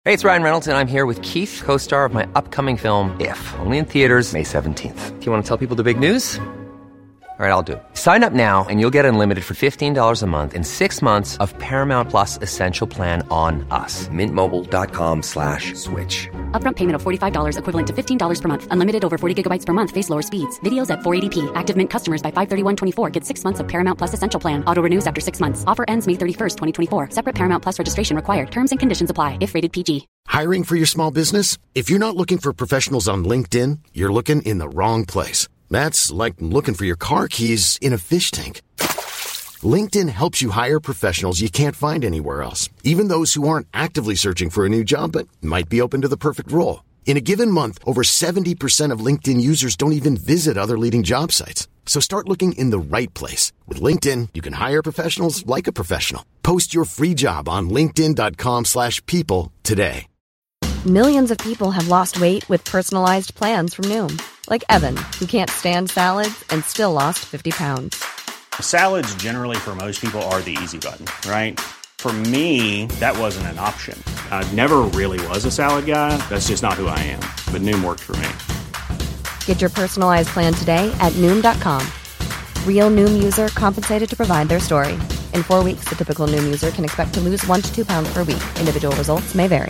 Hey, it's Ryan Reynolds, and I'm here with Keith, co-star of my upcoming film, If, only in theaters May 17th. Do you want to tell people the big news? All right, I'll do it. Sign up now and you'll get unlimited for $15 a month and 6 months of Paramount Plus Essential Plan on us. MintMobile.com/switch. Upfront payment of $45 equivalent to $15 per month. Unlimited over 40 gigabytes per month. Face lower speeds. Videos at 480p. Active Mint customers by 531.24 get 6 months of Paramount Plus Essential Plan. Auto renews after 6 months. Offer ends May 31st, 2024. Separate Paramount Plus registration required. Terms and conditions apply if rated PG. Hiring for your small business? If you're not looking for professionals on LinkedIn, you're looking in the wrong place. That's like looking for your car keys in a fish tank. LinkedIn helps you hire professionals you can't find anywhere else, even those who aren't actively searching for a new job but might be open to the perfect role. In a given month, over 70% of LinkedIn users don't even visit other leading job sites. So start looking in the right place. With LinkedIn, you can hire professionals like a professional. Post your free job on linkedin.com/people today. Millions of people have lost weight with personalized plans from Noom. Like Evan, who can't stand salads and still lost 50 pounds. Salads generally for most people are the easy button, right? For me, that wasn't an option. I never really was a salad guy. That's just not who I am. But Noom worked for me. Get your personalized plan today at Noom.com. Real Noom user compensated to provide their story. In 4 weeks, the typical Noom user can expect to lose 1 to 2 pounds per week. Individual results may vary.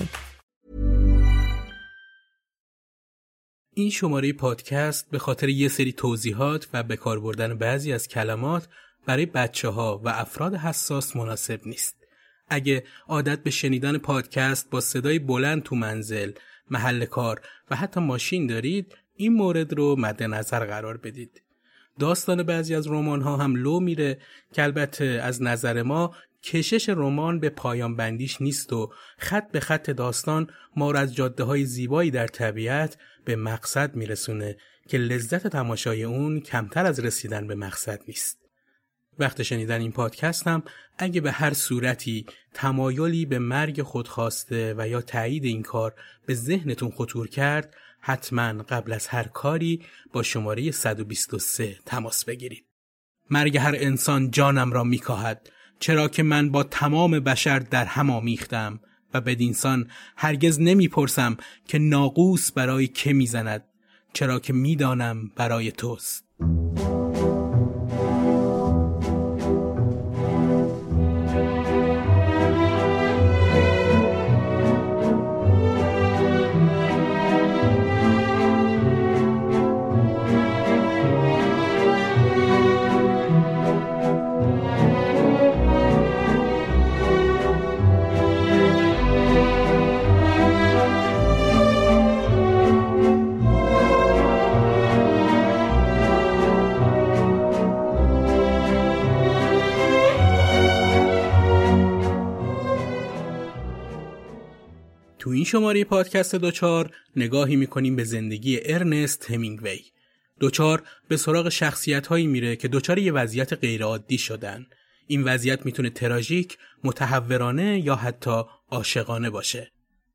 این شماره پادکست به خاطر یه سری توضیحات و به کار بردن بعضی از کلمات برای بچه‌ها و افراد حساس مناسب نیست. اگه عادت به شنیدن پادکست با صدای بلند تو منزل، محل کار و حتی ماشین دارید، این مورد رو مد نظر قرار بدید. داستان بعضی از رمان‌ها هم لو میره که البته از نظر ما کشش رمان به پایان بندیش نیست و خط به خط داستان ما را از جاده‌های زیبایی در طبیعت به مقصد میرسونه که لذت تماشای اون کمتر از رسیدن به مقصد نیست. وقت شنیدن این پادکست هم اگه به هر صورتی تمایلی به مرگ خودخواسته و یا تایید این کار به ذهنتون خطور کرد، حتما قبل از هر کاری با شماره 123 تماس بگیرید. مرگ هر انسان جانم را میکاهد، چرا که من با تمام بشر در هم آمیختم و بدینسان هرگز نمیپرسم که ناقوس برای که میزند، چرا که میدانم برای توست. تو این شماره پادکست دوچار نگاهی میکنیم به زندگی ارنست همینگوی. دوچار به سراغ شخصیت‌هایی میره که دوچار یه وضعیت غیرعادی شدن. این وضعیت میتونه تراژیک، متحورانه یا حتی عاشقانه باشه.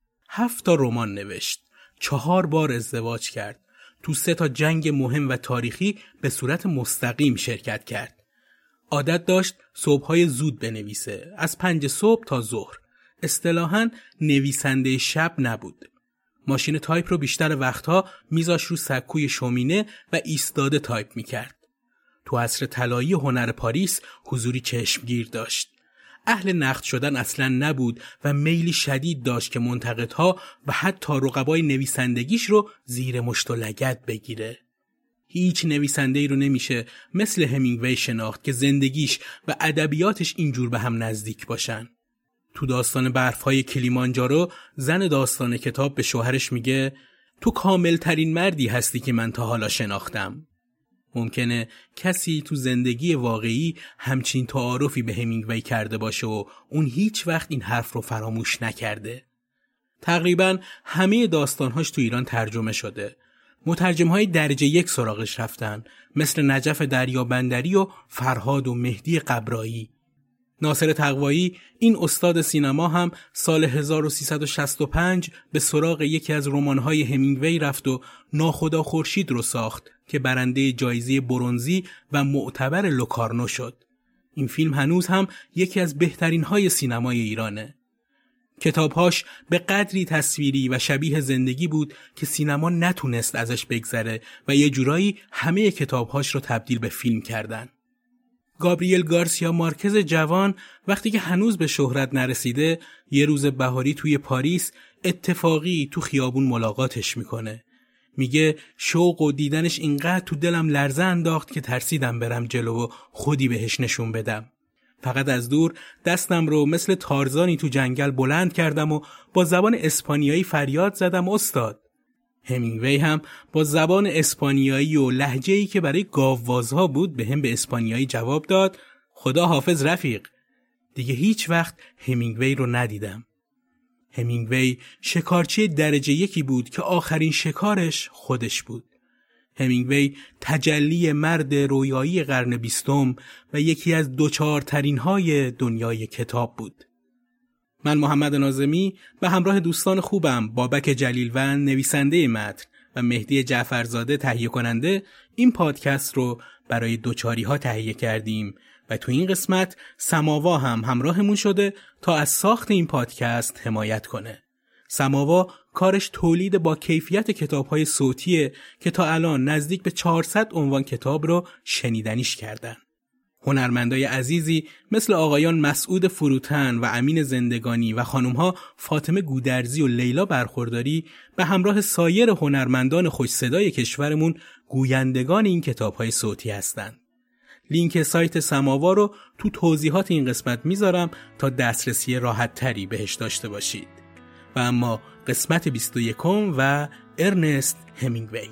7 تا رمان نوشت، 4 بار ازدواج کرد، تو 3 تا جنگ مهم و تاریخی به صورت مستقیم شرکت کرد. عادت داشت صبح‌های زود بنویسه، از 5 صبح تا ظهر. اصطلاحاً نویسنده شب نبود. ماشین تایپ رو بیشتر وقتها میذاش رو سکوی شومینه و ایستاده تایپ میکرد. تو عصر طلایی هنر پاریس حضوری چشمگیر داشت. اهل نقد شدن اصلاً نبود و میلی شدید داشت که منتقدها و حتی رقبای نویسندگیش رو زیر مشت و لگد بگیره. هیچ نویسنده‌ای رو نمیشه مثل همینگوی شناخت که زندگیش و ادبیاتش اینجور به هم نزدیک باشن. تو داستان برف‌های کلیمانجارو زن داستان کتاب به شوهرش میگه تو کامل ترین مردی هستی که من تا حالا شناختم. ممکنه کسی تو زندگی واقعی همچین تعارفی به همینگوی کرده باشه و اون هیچ وقت این حرف رو فراموش نکرده. تقریباً همه داستانهاش تو ایران ترجمه شده. مترجم‌های درجه 1 سراغش رفتن، مثل نجف دریابندری و فرهاد و مهدی قبرایی. ناصر تقوایی، این استاد سینما، هم سال 1365 به سراغ یکی از رمان‌های همینگوی رفت و ناخدا خورشید رو ساخت که برنده جایزه برنزی و معتبر لوکارنو شد. این فیلم هنوز هم یکی از بهترین‌های سینمای ایرانه. کتابهاش به قدری تصویری و شبیه زندگی بود که سینما نتونست ازش بگذره و یه جورایی همه کتابهاش رو تبدیل به فیلم کردن. گابریل گارسیا مارکز جوان وقتی که هنوز به شهرت نرسیده یه روز بهاری توی پاریس اتفاقی تو خیابون ملاقاتش میکنه. میگه شوق و دیدنش اینقدر تو دلم لرزه انداخت که ترسیدم برم جلو و خودی بهش نشون بدم. فقط از دور دستم رو مثل تارزانی تو جنگل بلند کردم و با زبان اسپانیایی فریاد زدم استاد. همینگوی هم با زبان اسپانیایی و لهجه‌ای که برای گاووازها بود به هم به اسپانیایی جواب داد خدا حافظ رفیق. دیگه هیچ وقت همینگوی رو ندیدم. همینگوی شکارچی درجه یکی بود که آخرین شکارش خودش بود. همینگوی تجلی مرد رویایی قرن 20 و یکی از دوچارترین های دنیای کتاب بود. من محمد ناظمی به همراه دوستان خوبم بابک جلیلوند نویسنده متن و مهدی جعفرزاده تهیه کننده این پادکست رو برای دوچاری ها تهیه کردیم و تو این قسمت سماوا هم همراهمون شده تا از ساخت این پادکست حمایت کنه. سماوا کارش تولید با کیفیت کتاب‌های صوتیه که تا الان نزدیک به 400 عنوان کتاب رو شنیدنیش کردن. هنرمندای عزیزی مثل آقایان مسعود فروتن و امین زندگانی و خانم‌ها فاطمه گودرزی و لیلا برخورداری به همراه سایر هنرمندان خوش صدای کشورمون گویندگان این کتاب‌های صوتی هستند. لینک سایت سماوا رو تو توضیحات این قسمت میذارم تا دسترسی راحت تری بهش داشته باشید. و اما قسمت 21 و ارنست همینگوی.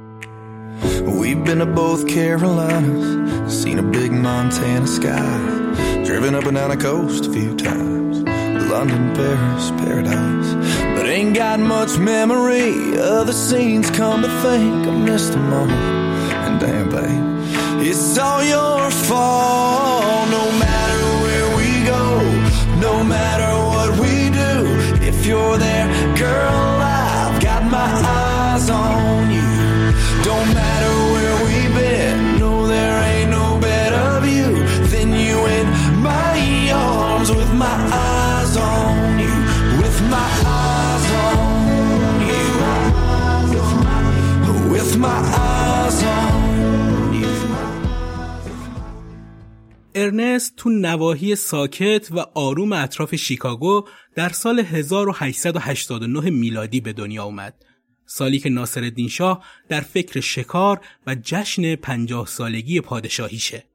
We've been to both Carolinas, seen a big Montana sky, driven up and down the coast a few times, London, Paris, paradise, but ain't got much memory of the scenes. Come to think I missed them all, and damn babe, it's all your fault. No matter where we go, no matter what we do, if you're there, girl, I've got my eyes on you. Don't matter where we've been, no, there ain't no better view than you in my arms, with my eyes on you, with my eyes on you, with my eyes on you. ارنست تو نواحی ساکت و آروم اطراف شیکاگو در سال 1889 میلادی به دنیا اومد. سالی که ناصرالدین شاه در فکر شکار و جشن 50 سالگی پادشاهیشه.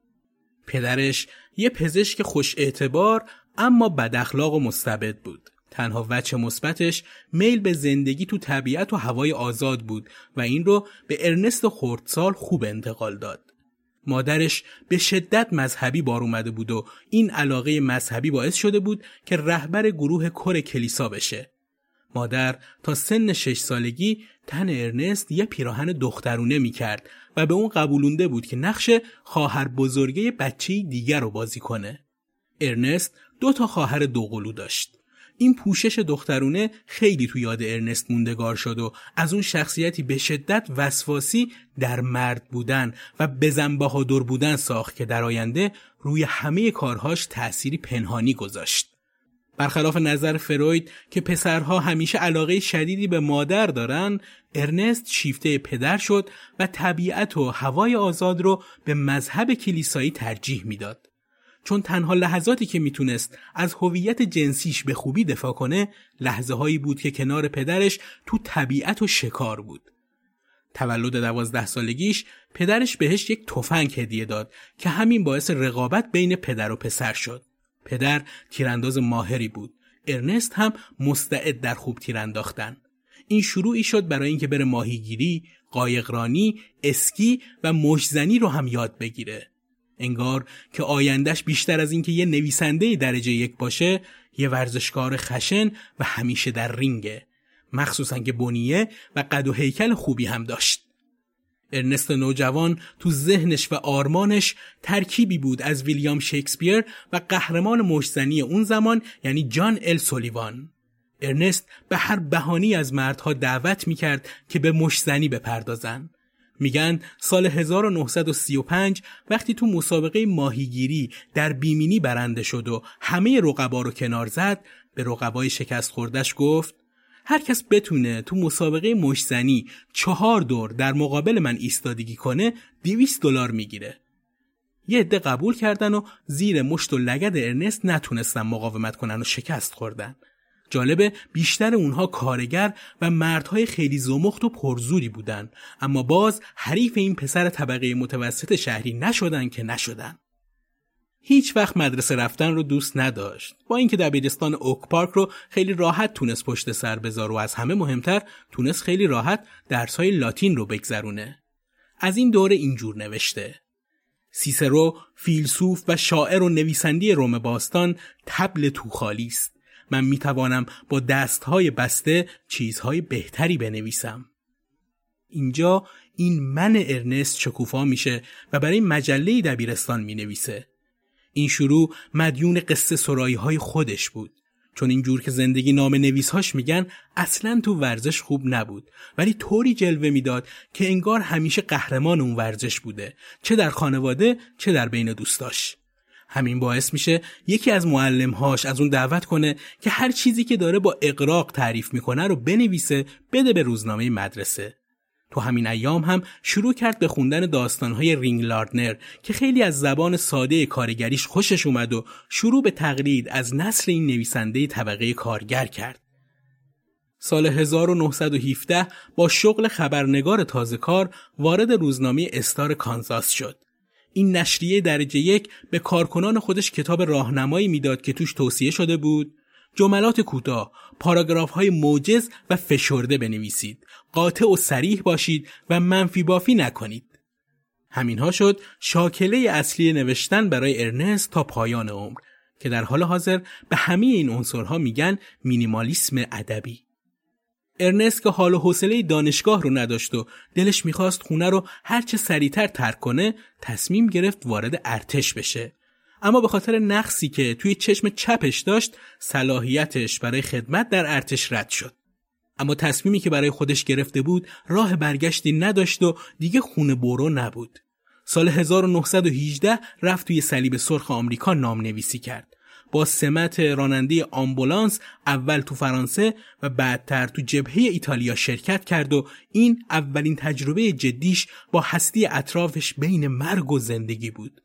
پدرش یه پزشک خوش اعتبار اما بد اخلاق و مستبد بود. تنها وجه مثبتش میل به زندگی تو طبیعت و هوای آزاد بود و این رو به ارنست خردسال خوب انتقال داد. مادرش به شدت مذهبی بار اومده بود و این علاقه مذهبی باعث شده بود که رهبر گروه کور کلیسا بشه. مادر تا سن 6 سالگی تن ارنست یه پیراهن دخترونه میکرد و به اون قبولونده بود که نقش خواهر بزرگه بچه‌ی دیگر رو بازی کنه. ارنست 2 خواهر دوقلو داشت. این پوشش دخترونه خیلی تو یاد ارنست موندگار شد و از اون شخصیتی به شدت وسواسی در مرد بودن و بزن بهادر بودن ساخت که در آینده روی همه کارهاش تأثیری پنهانی گذاشت. برخلاف نظر فروید که پسرها همیشه علاقه شدیدی به مادر دارن، ارنست شیفته پدر شد و طبیعت و هوای آزاد رو به مذهب کلیسایی ترجیح میداد. چون تنها لحظاتی که میتونست از هویت جنسیش به خوبی دفاع کنه، لحظه هایی بود که کنار پدرش تو طبیعت و شکار بود. تولد 12 سالگیش پدرش بهش یک تفنگ هدیه داد که همین باعث رقابت بین پدر و پسر شد. پدر تیرانداز ماهری بود. ارنست هم مستعد در خوب تیرانداختن. این شروعی شد برای اینکه بره ماهیگیری، قایقرانی، اسکی و مشت‌زنی رو هم یاد بگیره. انگار که آیندهش بیشتر از اینکه یه نویسنده درجه 1 باشه، یه ورزشکار خشن و همیشه در رینگه. مخصوصا که بنیه و قد و هیکل خوبی هم داشت. ارنست نوجوان تو ذهنش و آرمانش ترکیبی بود از ویلیام شکسپیر و قهرمان مشت‌زنی اون زمان یعنی جان ال سولیوان. ارنست به هر بهانه‌ای از مردها دعوت میکرد که به مشت‌زنی بپردازن. میگن سال 1935 وقتی تو مسابقه ماهیگیری در بیمینی برنده شد و همه رقبا رو کنار زد، به رقبای شکست خوردش گفت هر کس بتونه تو مسابقه مشت‌زنی 4 دور در مقابل من ایستادگی کنه $200 میگیره. یه عده قبول کردن و زیر مشت و لگد ارنست نتونستن مقاومت کنن و شکست خوردن. جالبه بیشتر اونها کارگر و مردهای خیلی زمخت و پرزوری بودن، اما باز حریف این پسر طبقه متوسط شهری نشدن. هیچ وقت مدرسه رفتن رو دوست نداشت، با اینکه دبیرستان اوک پارک رو خیلی راحت تونست پشت سر بذاره و از همه مهمتر تونست خیلی راحت درس‌های لاتین رو بگذرونه. از این دوره اینجور نوشته: سیسرو فیلسوف و شاعر و نویسنده روم باستان طبل تو خالی است. من میتوانم با دستهای بسته چیزهای بهتری بنویسم. اینجا این من ارنست شکوفا میشه و برای مجله دبیرستان مینویسه. این شروع مدیون قصه سرایی های خودش بود، چون اینجور که زندگی نام نویسهاش میگن اصلاً تو ورزش خوب نبود، ولی طوری جلوه میداد که انگار همیشه قهرمان اون ورزش بوده، چه در خانواده چه در بین دوستاش. همین باعث میشه یکی از معلمهاش از اون دعوت کنه که هر چیزی که داره با اغراق تعریف میکنه رو بنویسه بده به روزنامه مدرسه. تو همین ایام هم شروع کرد به خوندن داستانهای رینگ لاردنر که خیلی از زبان ساده کارگریش خوشش اومد و شروع به تقلید از نسل این نویسنده طبقه کارگر کرد. سال 1917 با شغل خبرنگار تازه کار وارد روزنامه استار کانزاس شد. این نشریه درجه 1 به کارکنان خودش کتاب راهنمایی میداد که توش توصیه شده بود جملات کوتاه، پاراگراف‌های موجز و فشرده بنویسید، قاطع و صریح باشید و منفی بافی نکنید. همینها شد شاکله اصلی نوشتن برای ارنست تا پایان عمر که در حال حاضر به همه این عنصرها میگن مینیمالیسم ادبی. ارنست که حال و حوصله دانشگاه رو نداشت و دلش میخواست خونه رو هرچه سریعتر ترک کنه، تصمیم گرفت وارد ارتش بشه. اما به خاطر نقصی که توی چشم چپش داشت، صلاحیتش برای خدمت در ارتش رد شد. اما تصمیمی که برای خودش گرفته بود راه برگشتی نداشت و دیگه خونه برو نبود. سال 1918 رفت توی صلیب سرخ آمریکا نامنویسی کرد. با سمت راننده آمبولانس اول تو فرانسه و بعدتر تو جبهه ایتالیا شرکت کرد و این اولین تجربه جدیش با هستی اطرافش بین مرگ و زندگی بود.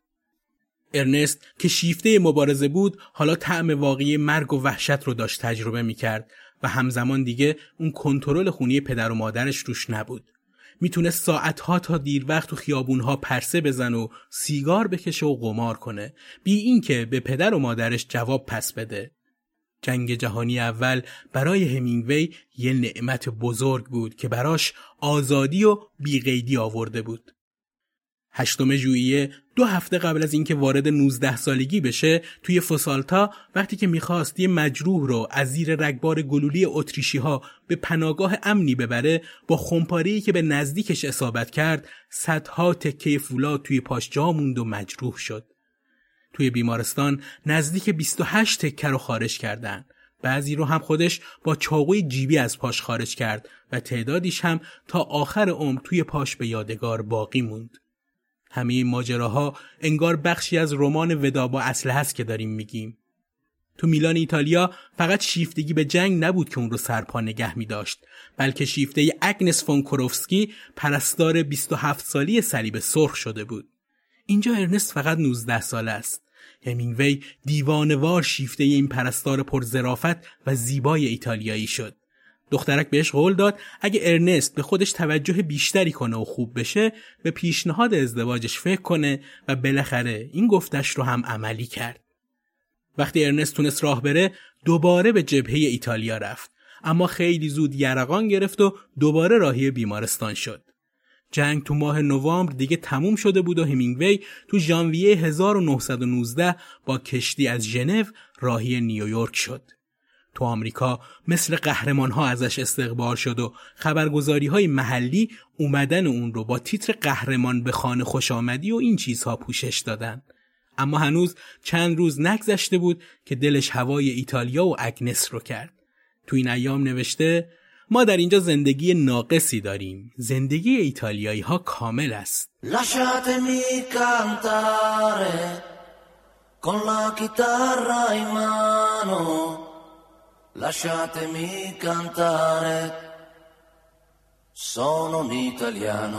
ارنست که شیفته مبارزه بود حالا طعم واقعی مرگ و وحشت رو داشت تجربه می‌کرد و همزمان دیگه اون کنترل خونی پدر و مادرش روش نبود. میتونست ساعتها تا دیر وقت تو خیابونها پرسه بزن و سیگار بکشه و قمار کنه بی این که به پدر و مادرش جواب پس بده. جنگ جهانی اول برای همینگوی یه نعمت بزرگ بود که براش آزادی و بی‌قیدی آورده بود. 8 ژوئیه 2 هفته قبل از اینکه وارد 19 سالگی بشه توی فوسالتا وقتی که میخواست یه مجروح رو از زیر رگبار گلولی اتریشی‌ها به پناهگاه امنی ببره، با خمپاره‌ای که به نزدیکش اصابت کرد صدها تکه فولاد توی پاش جا موند و مجروح شد. توی بیمارستان نزدیک 28 تکه رو خارج کردن. بعضی رو هم خودش با چاقوی جیبی از پاش خارج کرد و تعدادیش هم تا آخر عمر توی پاش به یادگار باقی موند. همه این ماجراها انگار بخشی از رمان ودا با اسلحه است که داریم میگیم. تو میلان ایتالیا فقط شیفتگی به جنگ نبود که اون رو سرپا نگه می داشت، بلکه شیفته اگنس فون کوروفسکی پرستار 27 سالی صلیب سرخ شده بود. اینجا ارنست فقط 19 ساله است. همینگوی دیوانه‌وار شیفته این پرستار پرظرافت و زیبای ایتالیایی شد. دخترک بهش قول داد اگه ارنست به خودش توجه بیشتری کنه و خوب بشه به پیشنهاد ازدواجش فکر کنه و بالاخره این گفتش رو هم عملی کرد. وقتی ارنست تونست راه بره دوباره به جبهه ایتالیا رفت، اما خیلی زود یرقان گرفت و دوباره راهی بیمارستان شد. جنگ تو ماه نوامبر دیگه تموم شده بود و همینگوی تو ژانویه 1919 با کشتی از ژنو راهی نیویورک شد. تو آمریکا مثل قهرمان‌ها ازش استقبال شد و خبرگزاری‌های محلی اومدن اون رو با تیتر قهرمان به خانه خوش آمدی و این چیزها پوشش دادن. اما هنوز چند روز نگذشته بود که دلش هوای ایتالیا و اگنس رو کرد. تو این ایام نوشته ما در اینجا زندگی ناقصی داریم. زندگی ایتالیایی ها کامل است. Lasciatemi cantare con la chitarra in mano Lasciatemi cantare, sono un italiano.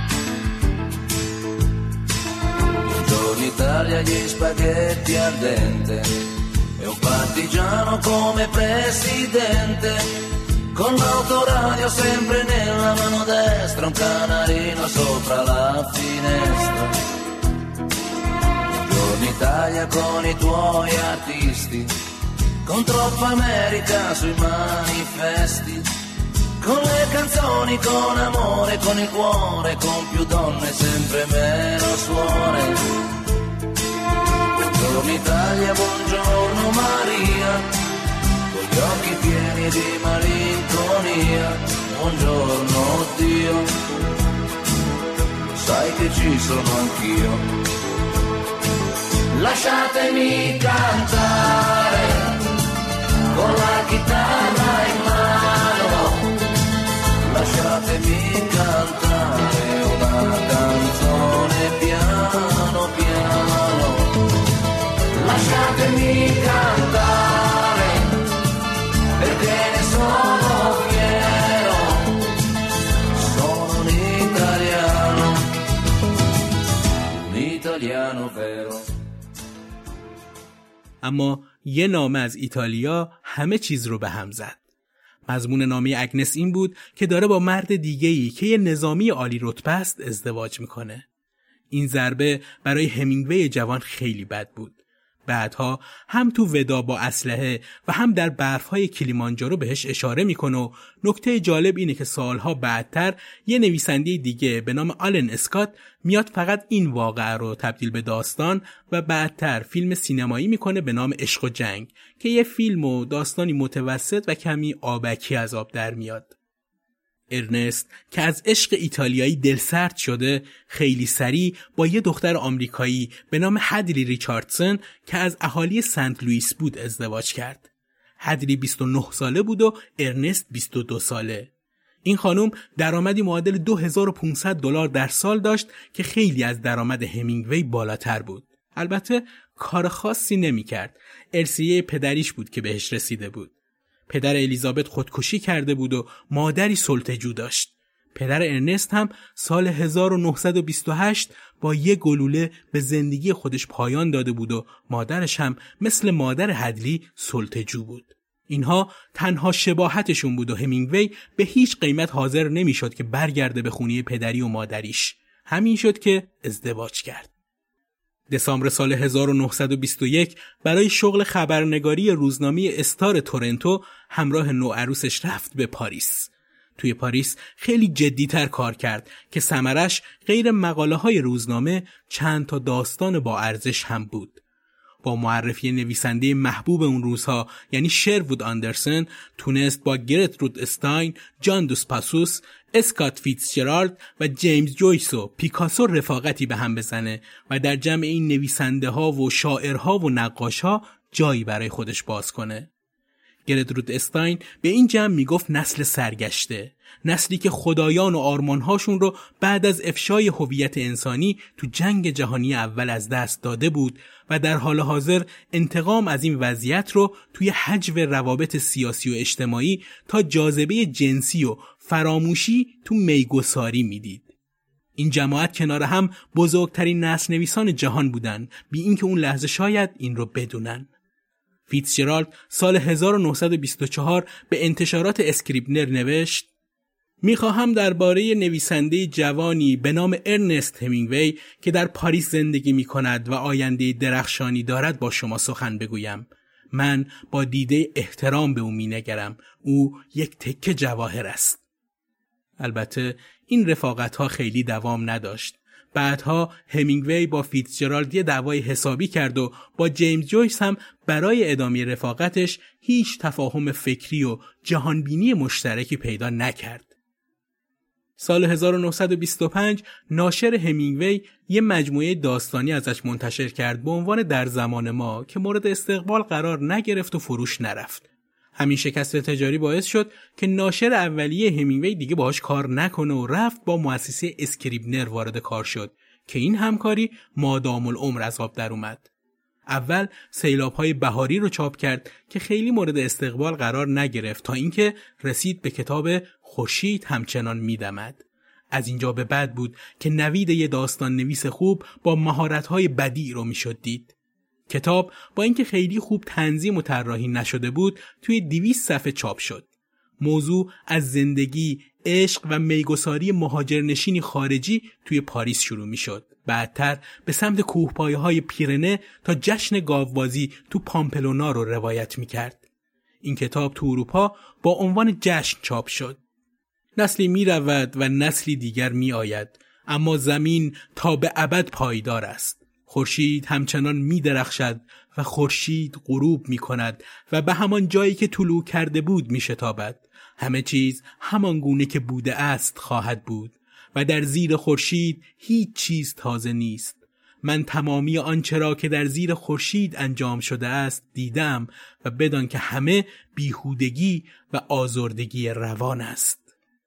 Buongiorno Italia, gli spaghetti al dente e un partigiano come presidente, con l'autoradio sempre nella mano destra, un canarino sopra la finestra. Buongiorno Italia con i tuoi artisti, con troppa America sui manifesti, con le canzoni, con amore, con il cuore, con più donne, sempre meno suore. Buongiorno Italia, buongiorno Maria, con gli occhi pieni di malinconia. Buongiorno Dio, sai che ci sono anch'io. Lasciatemi cantare con la chitarra in mano, lasciatemi cantare una canzone piano piano, lasciatemi cantare perché ne sono fiero, sono un italiano vero. اما یه نامه از ایتالیا همه چیز رو به هم زد. مضمون نامه اگنس این بود که داره با مرد دیگه‌ای که یه نظامی عالی رتبه است ازدواج میکنه. این ضربه برای همینگوی جوان خیلی بد بود. بعدها هم تو ودا با اسلحه و هم در برفهای کلیمانجارو بهش اشاره میکنه و نکته جالب اینه که سالها بعدتر یه نویسنده دیگه به نام آلن اسکات میاد فقط این واقعه رو تبدیل به داستان و بعدتر فیلم سینمایی میکنه به نام عشق و جنگ که یه فیلم و داستانی متوسط و کمی آبکی از آب در میاد. ارنست که از عشق ایتالیایی دلسرد شده خیلی سریع با یه دختر آمریکایی به نام هدلی ریچاردسون که از اهالی سنت لوئیس بود ازدواج کرد. هدلی 29 ساله بود و ارنست 22 ساله. این خانم درآمدی معادل $2500 در سال داشت که خیلی از درآمد همینگوی بالاتر بود. البته کار خاصی نمی کرد. ارثیه پدریش بود که بهش رسیده بود. پدر الیزابت خودکشی کرده بود و مادری سلطه‌جو داشت. پدر ارنست هم سال 1928 با یه گلوله به زندگی خودش پایان داده بود و مادرش هم مثل مادر هدلی سلطه‌جو بود. اینها تنها شباهتشون بود و همینگوی به هیچ قیمت حاضر نمیشد که برگرده به خونه پدری و مادریش. همین شد که ازدواج کرد. دسامبر سال 1921 برای شغل خبرنگاری روزنامه استار تورنتو همراه نوعروسش رفت به پاریس. توی پاریس خیلی جدی‌تر کار کرد که ثمرش غیر مقاله‌های روزنامه چند تا داستان با ارزش هم بود. با معرفی نویسنده محبوب اون روزها یعنی شروود آندرسن تونست با گرترود استاین، جان دوس پاسوس، اسکات فیتزجرالد و جیمز جویس و پیکاسو رفاقتی به هم بزنه و در جمع این نویسنده ها و شاعرها و نقاش ها جایی برای خودش باز کنه. گرترود استاین به این جمع میگفت نسل سرگشته، نسلی که خدایان و آرمانهاشون رو بعد از افشای هویت انسانی تو جنگ جهانی اول از دست داده بود و در حال حاضر انتقام از این وضعیت رو توی حجو روابط سیاسی و اجتماعی تا جاذبه جنسی و فراموشی تو میگساری میدید. این جماعت کنار هم بزرگترین نثر نویسان جهان بودن بی اینکه اون لحظه شاید این رو بدونن. فیتزجرالد سال 1924 به انتشارات اسکریبنر نوشت: میخواهم درباره نویسنده جوانی به نام ارنست همینگوی که در پاریس زندگی میکند و آینده درخشانی دارد با شما سخن بگویم. من با دیده احترام به او مینگرم. او یک تکه جواهر است. البته این رفاقت‌ها خیلی دوام نداشت. بعدها همینگوی با فیتزجرالد یه دعوای حسابی کرد و با جیمز جویس هم برای ادامه رفاقتش هیچ تفاهم فکری و جهانبینی مشترکی پیدا نکرد. سال 1925 ناشر همینگوی یه مجموعه داستانی ازش منتشر کرد به عنوان در زمان ما که مورد استقبال قرار نگرفت و فروش نرفت. همین شکست تجاری باعث شد که ناشر اولیه همینگوی دیگه باهاش کار نکنه و رفت با مؤسسه اسکریبنر وارد کار شد که این همکاری مادام العمر از آب در اومد. اول سیلاب‌های بهاری رو چاپ کرد که خیلی مورد استقبال قرار نگرفت تا اینکه رسید به کتاب خورشید همچنان می‌دمد. از اینجا به بعد بود که نوید یه داستان نویس خوب با مهارت‌های بدیع رو میشد دید. کتاب با اینکه خیلی خوب تنظیم و طراحی نشده بود توی 200 صفحه چاپ شد. موضوع از زندگی، عشق و میگساری مهاجرنشینی خارجی توی پاریس شروع میشد. بعدتر به سمت کوهپایه‌های پیرنه تا جشن گاوبازی تو پامپلونا رو روایت میکرد. این کتاب تو اروپا با عنوان جشن چاپ شد. نسلی می رود و نسلی دیگر می آید، اما زمین تا به ابد پایدار است. خورشید همچنان می درخشد و خورشید غروب می کند و به همان جایی که طلوع کرده بود می شتابد. همه چیز همان گونه که بوده است خواهد بود و در زیر خورشید هیچ چیز تازه نیست. من تمامی آنچه را که در زیر خورشید انجام شده است دیدم و بدان که همه بیهودگی و آزردگی روان است.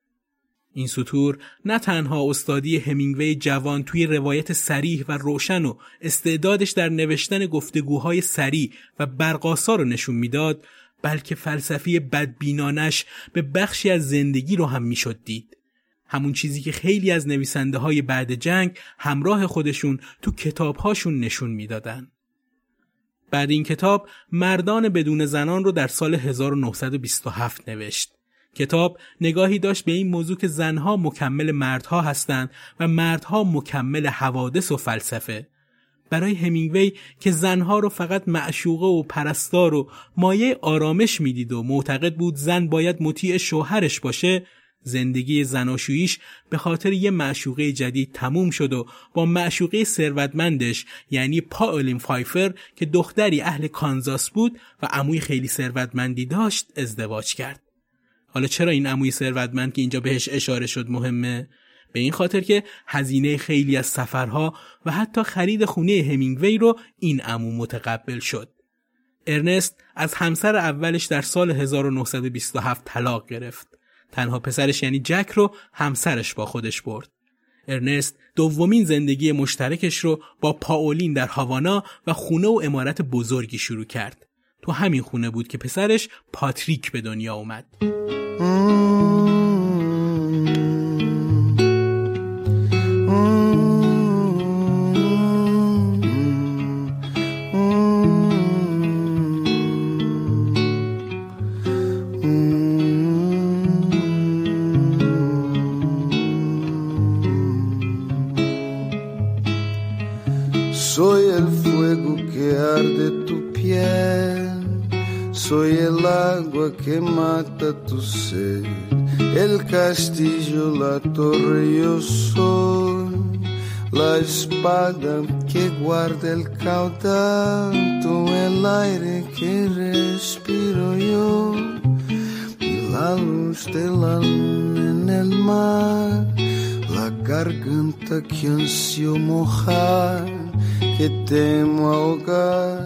این سطور نه تنها استادی همینگوی جوان توی روایت صریح و روشن و استعدادش در نوشتن گفتگوهای صریح و برقاسا رو نشون میداد، بلکه فلسفی بدبینانش به بخشی از زندگی رو هم میشد دید. همون چیزی که خیلی از نویسنده های بعد جنگ همراه خودشون تو کتابهاشون نشون میدادن. بعد این کتاب مردان بدون زنان رو در سال 1927 نوشت. کتاب نگاهی داشت به این موضوع که زنها مکمل مردها هستند و مردها مکمل حوادث و فلسفه. برای همینگوی که زنها رو فقط معشوقه و پرستار و مایه آرامش میدید و معتقد بود زن باید مطیع شوهرش باشه، زندگی زناشوییش به خاطر یه معشوقه جدید تموم شد و با معشوقه ثروتمندش یعنی پائولین فایفر که دختری اهل کانزاس بود و عموی خیلی ثروتمندی داشت ازدواج کرد. حالا چرا این عموی ثروتمند که اینجا بهش اشاره شد مهمه؟ به این خاطر که هزینه خیلی از سفرها و حتی خرید خونه همینگوی رو این عمو متقبل شد. ارنست از همسر اولش در سال 1927 طلاق گرفت. تنها پسرش یعنی جک رو همسرش با خودش برد. ارنست دومین زندگی مشترکش رو با پائولین در هاوانا و خونه و عمارت بزرگی شروع کرد. تو همین خونه بود که پسرش پاتریک به دنیا اومد. Soy el fuego que arde tu piel, soy el agua que mata tu sed, el castillo, la torre yo soy, la espada que guarda el caudal, tú el aire que respiro yo, y la luz de la luna en el mar, la garganta que ansio mojar, que temo ahogar.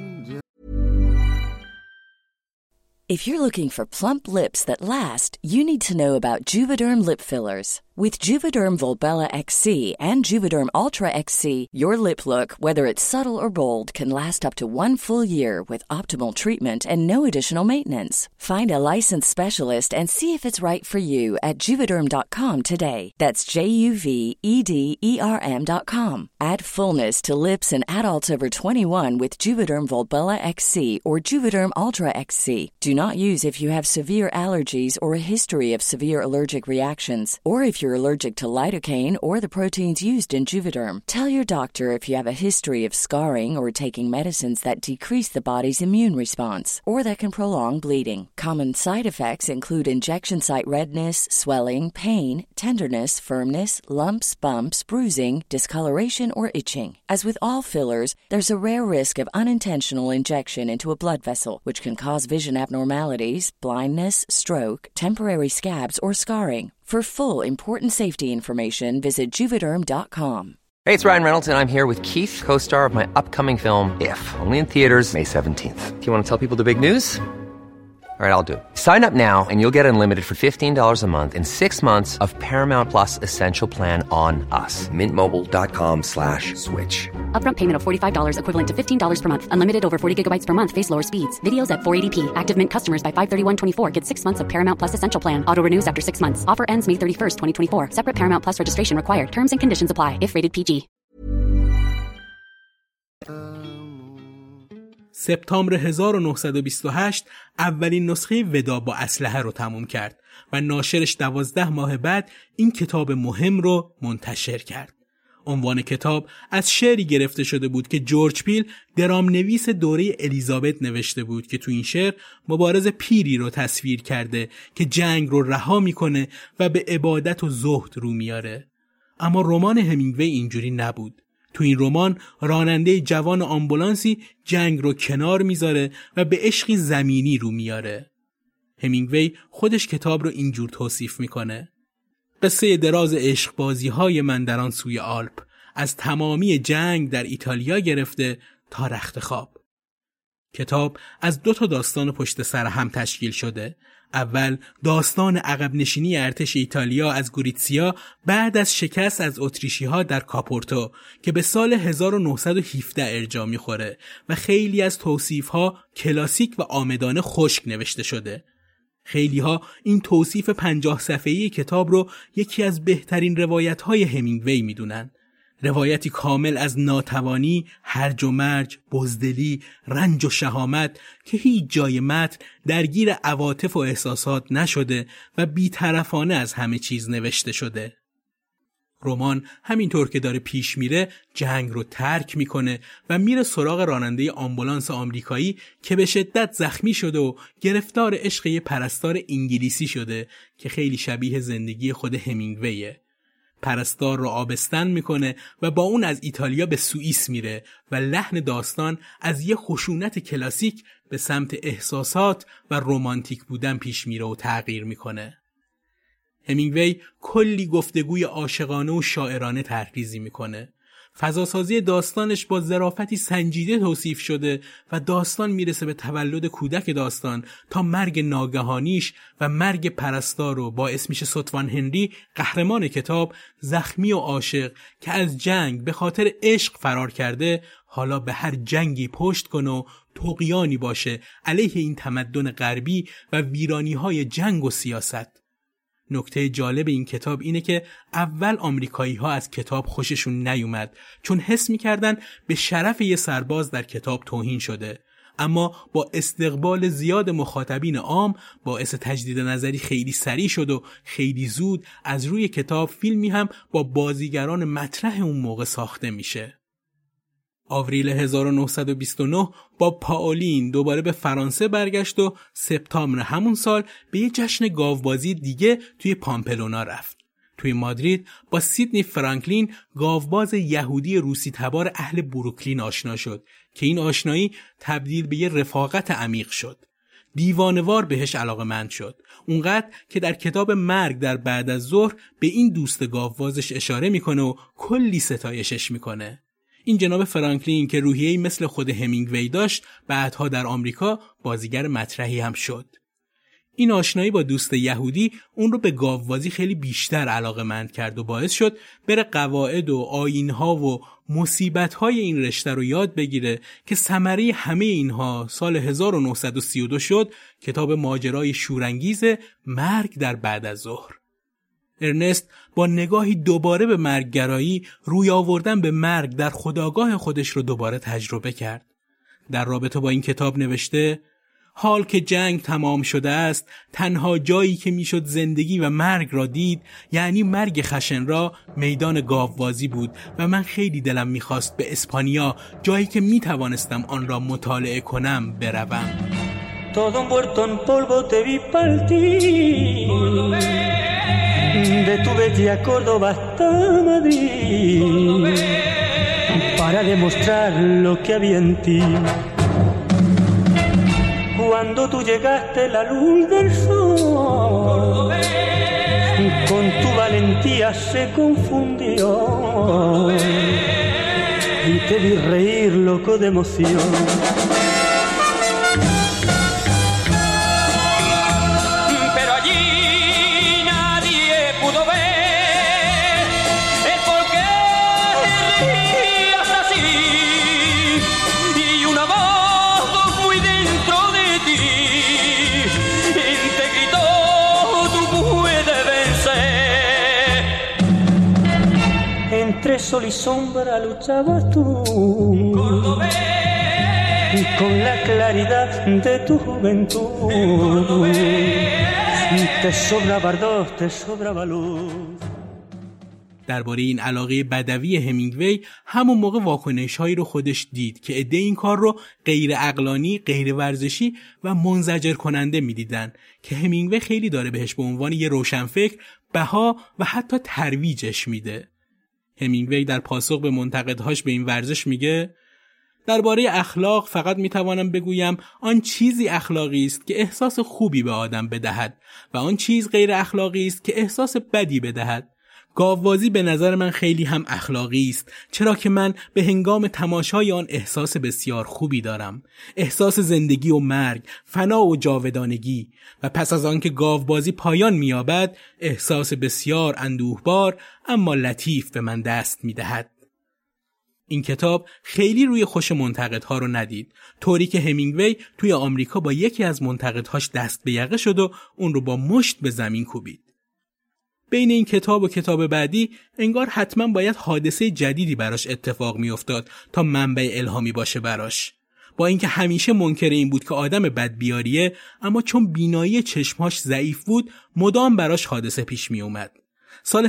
If you're looking for plump lips that last, you need to know about Juvederm lip fillers. With Juvederm Volbella XC and Juvederm Ultra XC, your lip look, whether it's subtle or bold, can last up to 1 full year with optimal treatment and no additional maintenance. Find a licensed specialist and see if it's right for you at Juvederm.com today. That's JUVEDERM.com. Add fullness to lips in adults over 21 with Juvederm Volbella XC or Juvederm Ultra XC. Do not use if you have severe allergies or a history of severe allergic reactions, or if you're allergic to lidocaine or the proteins used in Juvederm. Tell your doctor if you have a history of scarring or taking medicines that decrease the body's immune response or that can prolong bleeding. Common side effects include injection site redness, swelling, pain, tenderness, firmness, lumps, bumps, bruising, discoloration, or itching. As with all fillers, there's a rare risk of unintentional injection into a blood vessel, which can cause vision abnormalities, blindness, stroke, temporary scabs, or scarring. For full important safety information, visit Juvederm.com. Hey, it's Ryan Reynolds, and I'm here with Keith, co-star of my upcoming film, If, only in theaters May 17th. Do you want to tell people the big news? All right, I'll do it. Sign up now and you'll get unlimited for $15 a month and 6 months of Paramount Plus Essential Plan on us. MintMobile.com/switch. Upfront payment of $45 equivalent to $15 per month. Unlimited over 40 gigabytes per month. Face lower speeds. Videos at 480p. Active Mint customers by 531.24 get 6 months of Paramount Plus Essential Plan. Auto renews after 6 months. Offer ends May 31st, 2024. Separate Paramount Plus registration required. Terms and conditions apply if rated PG. سپتامبر 1928 اولین نسخه وداع با اسلحه رو تموم کرد و ناشرش 12 ماه بعد این کتاب مهم رو منتشر کرد. عنوان کتاب از شعری گرفته شده بود که جورج پیل درام نویس دوره الیزابت نوشته بود که تو این شعر مبارز پیری رو تصویر کرده که جنگ رو رها میکنه و به عبادت و زهد رو میاره. اما رمان همینگوی اینجوری نبود. تو این رمان راننده جوان آمبولانسی جنگ رو کنار میذاره و به عشقی زمینی رو میاره. همینگوی خودش کتاب رو اینجور توصیف میکنه: قصه دراز عشق بازی های من در آن سوی آلپ، از تمامی جنگ در ایتالیا گرفته تا رخت خواب. کتاب از 2 داستان پشت سر هم تشکیل شده. اول داستان عقب نشینی ارتش ایتالیا از گوریتسیا بعد از شکست از اتریشی‌ها در کاپورتو که به سال 1917 ارجاع می‌خوره و خیلی از توصیف‌ها کلاسیک و عامدانه خشک نوشته شده. خیلی‌ها این توصیف 50 صفحه‌ای کتاب رو یکی از بهترین روایت‌های همینگوی می‌دونن. روایتی کامل از ناتوانی، هرج و مرج، بزدلی، رنج و شهامت که هیچ جای متن درگیر عواطف و احساسات نشده و بی‌طرفانه از همه چیز نوشته شده. رمان همینطور که داره پیش میره جنگ رو ترک میکنه و میره سراغ راننده آمبولانس آمریکایی که به شدت زخمی شده و گرفتار عشق یه پرستار انگلیسی شده که خیلی شبیه زندگی خود همینگویه. پرستار رو آبستن میکنه و با اون از ایتالیا به سوئیس میره و لحن داستان از یه خشونت کلاسیک به سمت احساسات و رمانتیک بودن پیش میره و تغییر میکنه. همینگوی کلی گفتگوی عاشقانه و شاعرانه تحریزی میکنه. فضاسازی داستانش با ظرافتی سنجیده توصیف شده و داستان میرسه به تولد کودک داستان تا مرگ ناگهانیش و مرگ پرستار و باعث میشه ستوان هنری قهرمان کتاب زخمی و عاشق که از جنگ به خاطر عشق فرار کرده حالا به هر جنگی پشت کنه و طغیانی باشه علیه این تمدن غربی و ویرانی‌های جنگ و سیاست. نکته جالب این کتاب اینه که اول آمریکایی‌ها از کتاب خوششون نیومد چون حس می‌کردن به شرف یه سرباز در کتاب توهین شده، اما با استقبال زیاد مخاطبین عام باعث تجدید نظری خیلی سریع شد و خیلی زود از روی کتاب فیلمی هم با بازیگران مطرح اون موقع ساخته میشه. آوریل 1929 با پاولین دوباره به فرانسه برگشت و سپتامبر همون سال به یه جشن گاوبازی دیگه توی پامپلونا رفت. توی مادرید با سیدنی فرانکلین گاوباز یهودی روسی تبار اهل بروکلین آشنا شد که این آشنایی تبدیل به یه رفاقت عمیق شد. دیوانوار بهش علاقه‌مند شد، اونقدر که در کتاب مرگ در بعد از ظهر به این دوست گاوبازش اشاره میکنه و کلی ستایشش میکنه. این جناب فرانکلین که روحیه‌ای مثل خود همینگوی داشت بعدها در آمریکا بازیگر مطرحی هم شد. این آشنایی با دوست یهودی اون رو به گاوبازی خیلی بیشتر علاقه‌مند کرد و باعث شد بره قواعد و آیین‌ها و مصیبت‌های این رشته رو یاد بگیره که ثمره همه اینها سال 1932 شد کتاب ماجرای شورانگیز مرگ در بعد از ظهر. ارنست با نگاهی دوباره به مرگگرایی روی آوردن به مرگ در خودآگاه خودش رو دوباره تجربه کرد. در رابطه با این کتاب نوشته: حال که جنگ تمام شده است، تنها جایی که میشد زندگی و مرگ را دید، یعنی مرگ خشن را، میدان گاوبازی بود و من خیلی دلم میخواست به اسپانیا، جایی که میتوانستم آن را مطالعه کنم، بروم. Todo muerto en polvo te vi partir, detuvete a Córdoba hasta Madrid, para demostrar lo que había en ti. Cuando tú llegaste la luz del sol, con tu valentía se confundió, y te vi reír loco de emoción. entre sol y sombra luchabas tú con la claridad de tu juventud. Te sobraba ardor, te sobraba luz. درباره این علاقه بدوی همینگوی همون موقع واکنش‌هایی رو خودش دید که عده این کار رو غیر عقلانی، غیر ورزشی و منزجر کننده می‌دیدن که همینگوی خیلی داره بهش به عنوان یه روشنفکر بها و حتی ترویجش میده. همینگوی در پاسخ به منتقدهاش به این ورزش میگه: درباره اخلاق فقط میتوانم بگویم آن چیزی اخلاقی است که احساس خوبی به آدم بدهد و آن چیز غیر اخلاقی است که احساس بدی بدهد. گاوبازی به نظر من خیلی هم اخلاقی است، چرا که من به هنگام تماشای آن احساس بسیار خوبی دارم، احساس زندگی و مرگ، فنا و جاودانگی، و پس از آن که گاوبازی پایان می‌یابد احساس بسیار اندوهبار اما لطیف به من دست می‌دهد. این کتاب خیلی روی خوش منتقدها رو ندید، طوری که همینگوی توی آمریکا با یکی از منتقدهاش دست به یقه شد و اون رو با مشت به زمین کوبید. بین این کتاب و کتاب بعدی انگار حتما باید حادثه جدیدی براش اتفاق میافتاد تا منبع الهامی باشه براش. با اینکه همیشه منکر این بود که آدم بدبیاریه، اما چون بینایی چشماش ضعیف بود مدام براش حادثه پیش می اومد. سال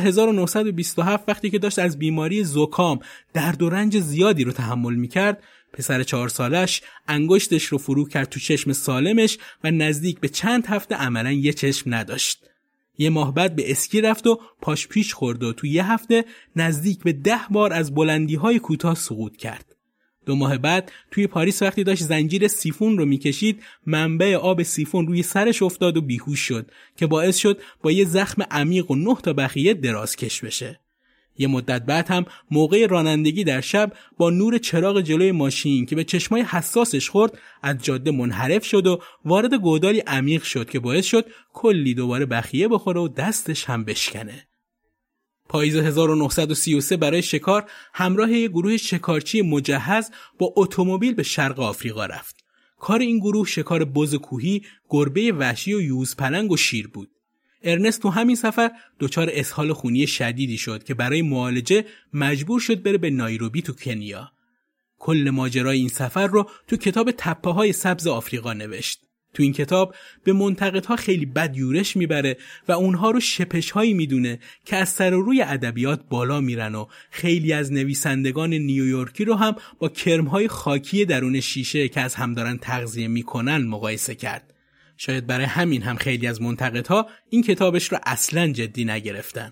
1927 وقتی که داشت از بیماری زکام درد و رنج زیادی رو تحمل میکرد، پسر 4 سالش انگشتش رو فرو کرد تو چشم سالمش و نزدیک به چند هفته عملاً یه چشم نداشت. یه ماه بعد به اسکی رفت و پاش پیش خورد و تو یه هفته نزدیک به 10 بار از بلندی‌های کوتاه سقوط کرد. 2 ماه بعد توی پاریس وقتی داشت زنجیر سیفون رو میکشید، منبع آب سیفون روی سرش افتاد و بیهوش شد که باعث شد با یه زخم عمیق و 9 تا بخیه دراز کش بشه. یه مدت بعد هم موقع رانندگی در شب با نور چراغ جلوی ماشین که به چشمای حساسش خورد از جاده منحرف شد و وارد گودالی عمیق شد که باعث شد کلی دوباره بخیه بخوره و دستش هم بشکنه. پاییز 1933 برای شکار همراه یک گروه شکارچی مجهز با اتومبیل به شرق آفریقا رفت. کار این گروه شکار بز کوهی، گربه وحشی و یوزپلنگ و شیر بود. ارنست تو همین سفر دچار اسهال خونی شدیدی شد که برای معالجه مجبور شد بره به نایروبی تو کنیا. کل ماجرای این سفر رو تو کتاب تپه‌های سبز آفریقا نوشت. تو این کتاب به منتقدها خیلی بد یورش میبره و اونها رو شپش‌هایی میدونه که از سر و روی ادبیات بالا میرن و خیلی از نویسندگان نیویورکی رو هم با کرم‌های خاکی درون شیشه که از هم دارن تغذیه میکنن مقایسه کرد. شاید برای همین هم خیلی از منتقدها این کتابش رو اصلاً جدی نگرفتن.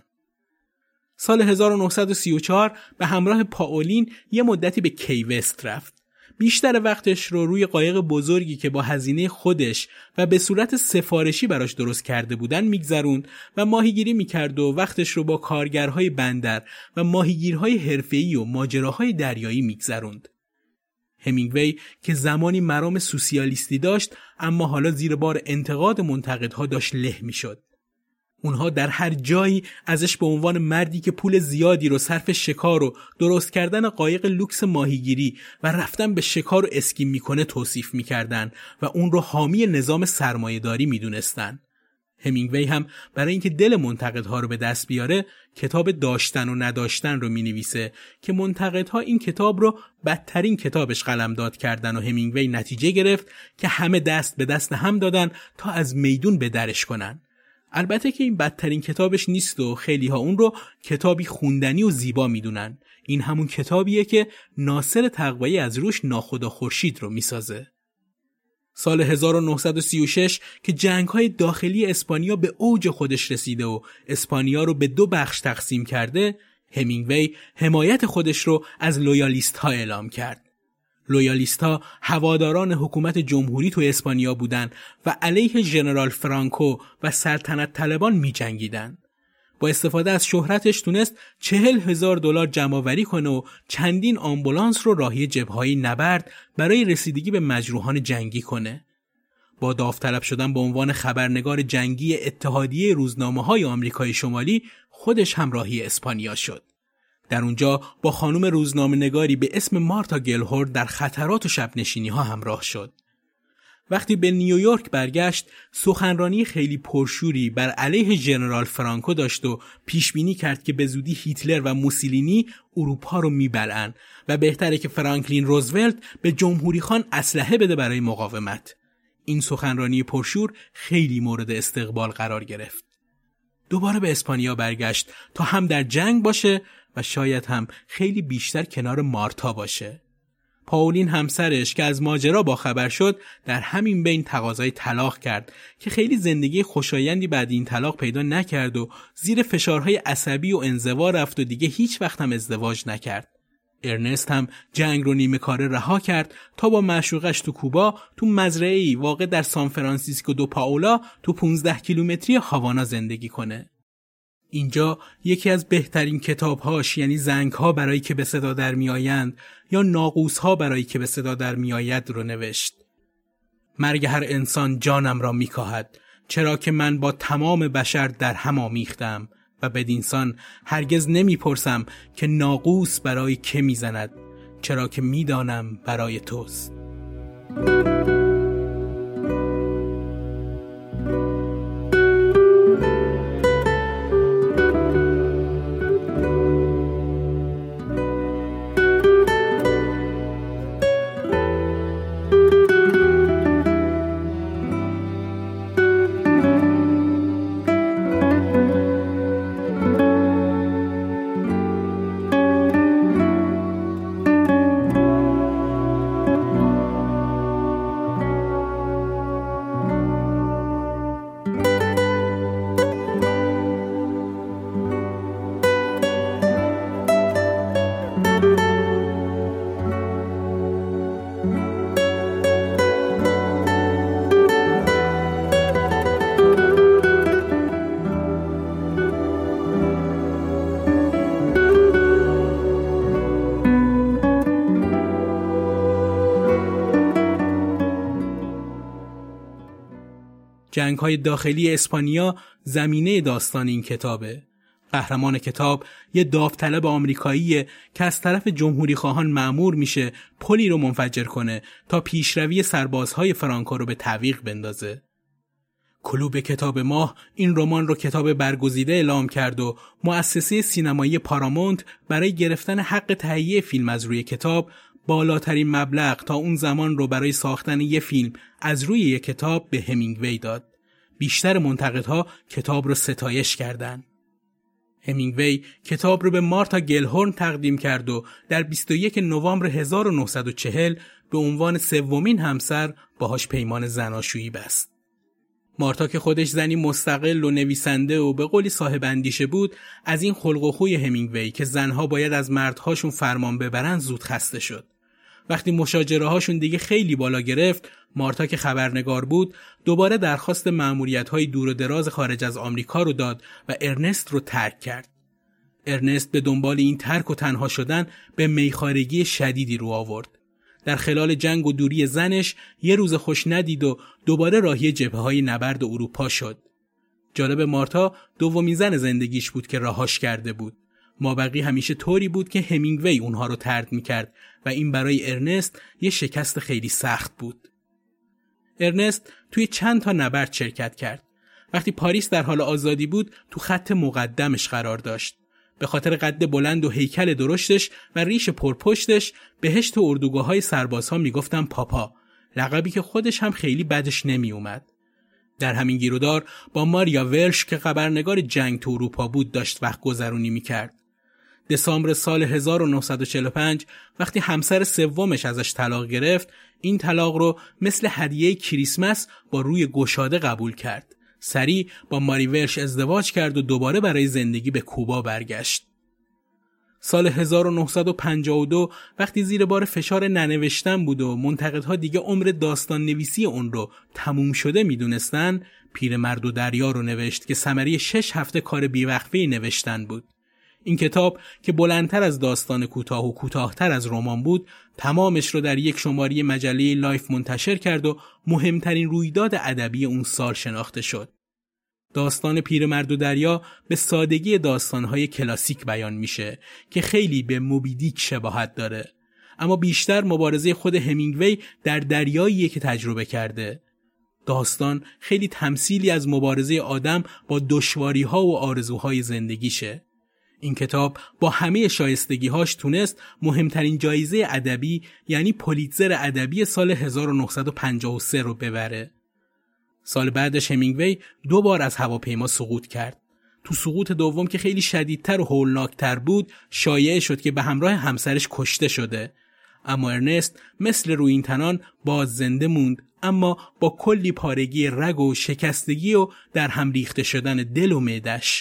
سال 1934 به همراه پاولین یه مدتی به کی وست رفت. بیشتر وقتش رو روی قایق بزرگی که با هزینه خودش و به صورت سفارشی براش درست کرده بودن میگذروند و ماهیگیری میکرد و وقتش رو با کارگرهای بندر و ماهیگیرهای حرفه‌ای و ماجراهای دریایی میگذروند. همینگوی که زمانی مرام سوسیالیستی داشت اما حالا زیر بار انتقاد منتقدها داشت له میشد. اونها در هر جایی ازش به عنوان مردی که پول زیادی رو صرف شکار و درست کردن قایق لوکس ماهیگیری و رفتن به شکار و اسکیم میکنه توصیف میکردن و اون رو حامی نظام سرمایه‌داری میدونستن. همینگوی هم برای اینکه دل منتقدها رو به دست بیاره کتاب داشتن و نداشتن رو مینویسه که منتقدها این کتاب رو بدترین کتابش قلمداد کردن و همینگوی نتیجه گرفت که همه دست به دست هم دادن تا از میدون به درش کنن. البته که این بدترین کتابش نیست و خیلی ها اون رو کتابی خوندنی و زیبا میدونن. این همون کتابیه که ناصر تقوایی از روش ناخدا خورشید رو میسازه. سال 1936 که جنگ‌های داخلی اسپانیا به اوج خودش رسیده و اسپانیا رو به 2 بخش تقسیم کرده، همینگوی حمایت خودش رو از لویالیست‌ها اعلام کرد. لویالیست‌ها هواداران حکومت جمهوری تو اسپانیا بودن و علیه ژنرال فرانکو و سلطنت طلبان می‌جنگیدن. با استفاده از شهرتش تونست $40,000 جمع‌آوری کنه و چندین آمبولانس رو راهی جبهه‌های نبرد برای رسیدگی به مجروحان جنگی کنه. با داوطلب شدن به عنوان خبرنگار جنگی اتحادیه روزنامه‌های آمریکای شمالی خودش هم راهی اسپانیا شد. در اونجا با خانم روزنامه‌نگاری به اسم مارتا گلهورد در خطرات و شب‌نشینی‌ها همراه شد. وقتی به نیویورک برگشت، سخنرانی خیلی پرشوری بر علیه ژنرال فرانکو داشت و پیش بینی کرد که به زودی هیتلر و موسولینی اروپا رو میبلعن و بهتره که فرانکلین روزولت به جمهوری خان اسلحه بده برای مقاومت. این سخنرانی پرشور خیلی مورد استقبال قرار گرفت. دوباره به اسپانیا برگشت تا هم در جنگ باشه و شاید هم خیلی بیشتر کنار مارتا باشه. پاولین همسرش که از ماجرا باخبر شد، در همین بین تقاضای طلاق کرد که خیلی زندگی خوشایندی بعد این طلاق پیدا نکرد و زیر فشارهای عصبی و انزوا رفت و دیگه هیچ وقت هم ازدواج نکرد. ارنست هم جنگ رو نیمه کاره رها کرد تا با معشوقش تو کوبا تو مزرعه‌ای واقع در سان فرانسیسکو دو پائولا تو 15 کیلومتری هاوانا زندگی کنه. اینجا یکی از بهترین کتابهاش، یعنی زنگ‌ها برای که به صدا در میآیند یا ناقوس‌ها برای که به صدا در میآید رو نوشت. مرگ هر انسان جانم را می‌کاهد، چرا که من با تمام بشر در هم آمیختم و بدینسان هرگز نمی‌پرسم که ناقوس برای که می‌زند، چرا که می‌دانم برای توست. جنگ‌های داخلی اسپانیا زمینه داستان این کتابه. قهرمان کتاب یه داوطلب آمریکاییه که از طرف جمهوری خواهان مأمور میشه پلی رو منفجر کنه تا پیشروی سربازهای فرانکو رو به تعویق بندازه. کلوب کتاب ماه این رمان رو کتاب برگزیده اعلام کرد و مؤسسه سینمایی پارامونت برای گرفتن حق تهیه فیلم از روی کتاب بالاترین مبلغ تا اون زمان رو برای ساختن یه فیلم از روی یه کتاب به همینگوی داد. بیشتر منتقدها کتاب رو ستایش کردند. همینگوی کتاب رو به مارتا گلهورن تقدیم کرد و در 21 نوامبر 1940 به عنوان سومین همسر باهاش پیمان زناشویی بست. مارتا که خودش زنی مستقل و نویسنده و به قولی صاحب اندیشه بود، از این خلق و خوی همینگوی که زنها باید از مردهاشون فرمان ببرن زود خسته شد. وقتی مشاجره هاشون دیگه خیلی بالا گرفت، مارتا که خبرنگار بود دوباره درخواست مأموریت‌های دور و دراز خارج از آمریکا رو داد و ارنست رو ترک کرد. ارنست به دنبال این ترک و تنها شدن به میخوارگی شدیدی رو آورد. در خلال جنگ و دوری زنش یه روز خوش ندید و دوباره راهی جبهه‌های نبرد اروپا شد. جالب مارتا دومین زن زندگیش بود که رهاش کرده بود. مابقی همیشه طوری بود که همینگوی اونها رو طرد می‌کرد و این برای ارنست یه شکست خیلی سخت بود. ارنست توی چند تا نبرد شرکت کرد. وقتی پاریس در حال آزادی بود تو خط مقدمش قرار داشت. به خاطر قد بلند و هیکل درشتش و ریش پرپشتش بهش تو اردوگاه‌های سربازها میگفتن پاپا، لقبی که خودش هم خیلی بدش نمی اومد. در همین گیرودار با ماریا ولش که خبرنگار جنگ تو اروپا بود داشت وقت گذرونی میکرد. دسامبر سال 1945 وقتی همسر سومش ازش طلاق گرفت، این طلاق رو مثل هدیه کریسمس با روی گشاده قبول کرد. سریع با ماری ولش ازدواج کرد و دوباره برای زندگی به کوبا برگشت. سال 1952 وقتی زیر بار فشار ننوشتن بود و منتقدها دیگه عمر داستان نویسی اون رو تموم شده میدونستن، پیرمرد و دریا رو نوشت که ثمره 6 هفته کار بیوقفه‌ای نوشتن بود. این کتاب که بلندتر از داستان کوتاه و کوتاهتر از رمان بود، تمامش رو در یک شماره مجله لایف منتشر کرد و مهمترین رویداد ادبی اون سال شناخته شد. داستان پیرمرد و دریا به سادگی داستان‌های کلاسیک بیان میشه که خیلی به موبی دیک شباهت داره، اما بیشتر مبارزه خود همینگوی در دریاییه که تجربه کرده. داستان خیلی تمثیلی از مبارزه آدم با دشواری‌ها و آرزوهای زندگیشه. این کتاب با همه شایستگی‌هاش تونست مهمترین جایزه ادبی یعنی پولیتزر ادبی سال 1953 رو ببره. سال بعدش همینگوی 2 بار از هواپیما سقوط کرد. تو سقوط دوم که خیلی شدیدتر و هولناکتر بود، شایعه شد که به همراه همسرش کشته شده. اما ارنست مثل رویینتنان باز زنده موند، اما با کلی پارگی رگ و شکستگی و در هم ریخته شدن دل و معده‌اش.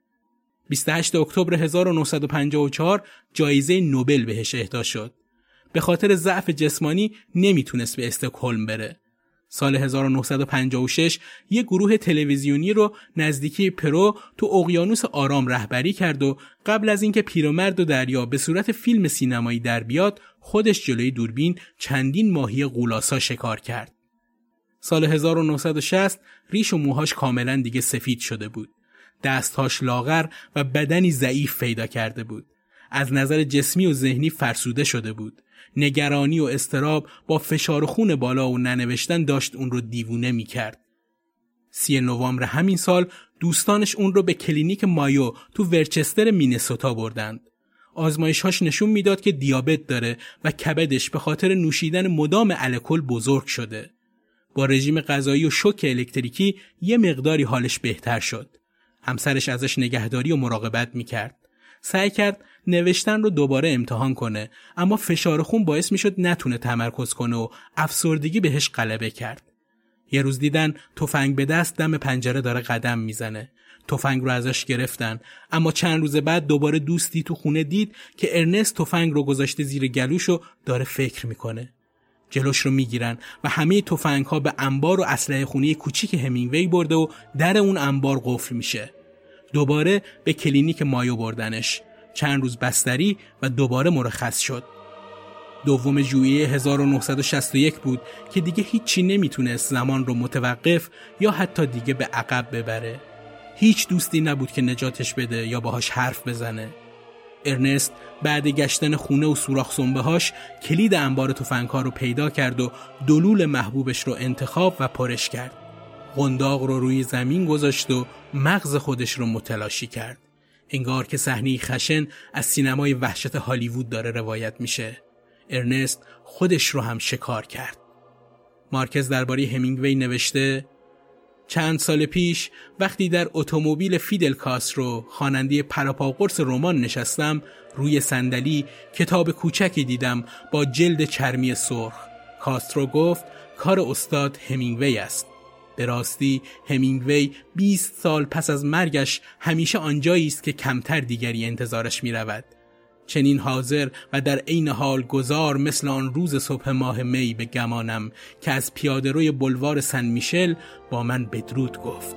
28 اکتبر 1954 جایزه نوبل بهش اهدا شد. به خاطر ضعف جسمانی نمیتونست به استکهلم بره. سال 1956 یک گروه تلویزیونی رو نزدیکی پرو تو اقیانوس آرام رهبری کرد و قبل از اینکه پیرمرد و دریا به صورت فیلم سینمایی در بیاد، خودش جلوی دوربین چندین ماهی غولاسا شکار کرد. سال 1960 ریش و موهاش کاملا دیگه سفید شده بود. دستهاش لاغر و بدنی ضعیف پیدا کرده بود. از نظر جسمی و ذهنی فرسوده شده بود. نگرانی و اضطراب با فشار خون بالا و ننوشتن داشت اون رو دیوونه می کرد. 30 نوامبر همین سال دوستانش اون رو به کلینیک مایو تو ورچستر مینسوتا بردند. آزمایش‌هاش نشون میداد که دیابت داره و کبدش به خاطر نوشیدن مدام الکل بزرگ شده. با رژیم غذایی و شوک الکتریکی یه مقداری حالش بهتر شد. همسرش ازش نگهداری و مراقبت میکرد. سعی کرد نوشتن رو دوباره امتحان کنه، اما فشار خون باعث میشد نتونه تمرکز کنه و افسردگی بهش غلبه کرد. یه روز دیدن تفنگ به دست دم پنجره داره قدم میزنه. تفنگ رو ازش گرفتن، اما چند روز بعد دوباره دوستی تو خونه دید که ارنست تفنگ رو گذاشته زیر گلوش و داره فکر میکنه. جلوش رو میگیرن و همه تفنگ‌ها به انبار و اسلحه خونی کوچیک همینگوی برده و در اون انبار قفل میشه. دوباره به کلینیک مایو بردنش. چند روز بستری و دوباره مرخص شد. 2 ژوئیه 1961 بود که دیگه هیچی نمیتونست زمان رو متوقف یا حتی دیگه به عقب ببره. هیچ دوستی نبود که نجاتش بده یا باهاش حرف بزنه. ارنست بعد گشتن خونه و سوراخ سنبه‌هاش کلید انبار تفنگ‌ها رو پیدا کرد و دلول محبوبش رو انتخاب و پرش کرد. قنداق رو روی زمین گذاشت و مغز خودش رو متلاشی کرد. انگار که صحنه خشن از سینمای وحشت هالیوود داره روایت میشه. ارنست خودش رو هم شکار کرد. مارکز درباره همینگوی نوشته: چند سال پیش وقتی در اتومبیل فیدل کاسترو خواننده پراپاقرص رمان نشستم، روی صندلی کتاب کوچکی دیدم با جلد چرمی سرخ. کاسترو گفت کار استاد همینگوی است. به راستی همینگوی 20 سال پس از مرگش همیشه آنجایی است که کمتر دیگری انتظارش می رود. چنین حاضر و در عین حال گذار مثل آن روز صبح ماه می به گمانم که از پیاده‌روی بلوار سن میشل با من بدرود گفت.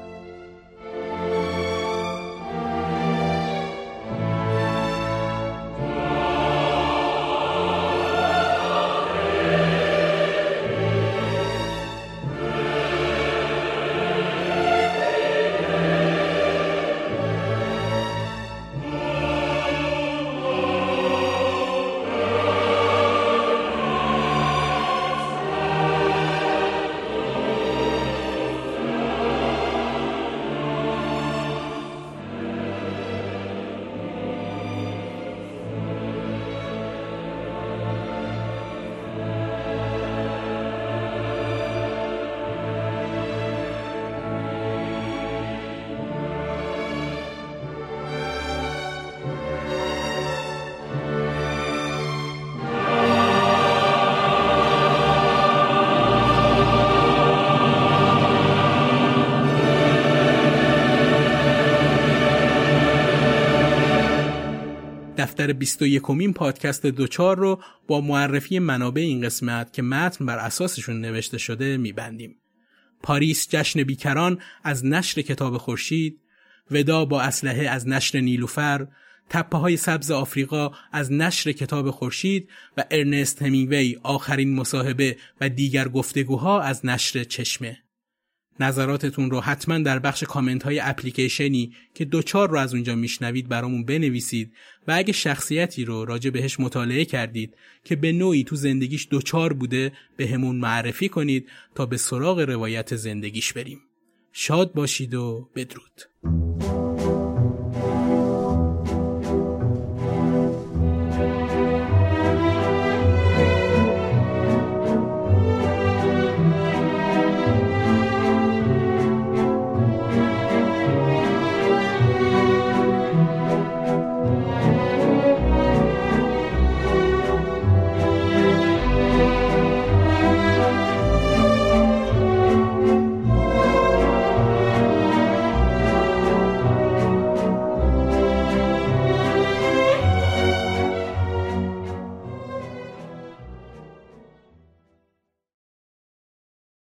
دفتر 21مین پادکست دوچار رو با معرفی منابع این قسمت که متن بر اساسشون نوشته شده میبندیم. پاریس جشن بیکران از نشر کتاب خورشید، ودا با اسلحه از نشر نیلوفر، تپه های سبز آفریقا از نشر کتاب خورشید و ارنست همینگوی آخرین مصاحبه و دیگر گفتگوها از نشر چشمه. نظراتتون رو حتما در بخش کامنت های اپلیکیشنی که دوچار رو از اونجا میشنوید برامون بنویسید و اگه شخصیتی رو راجع بهش مطالعه کردید که به نوعی تو زندگیش دوچار بوده به همون معرفی کنید تا به سراغ روایت زندگیش بریم. شاد باشید و بدرود.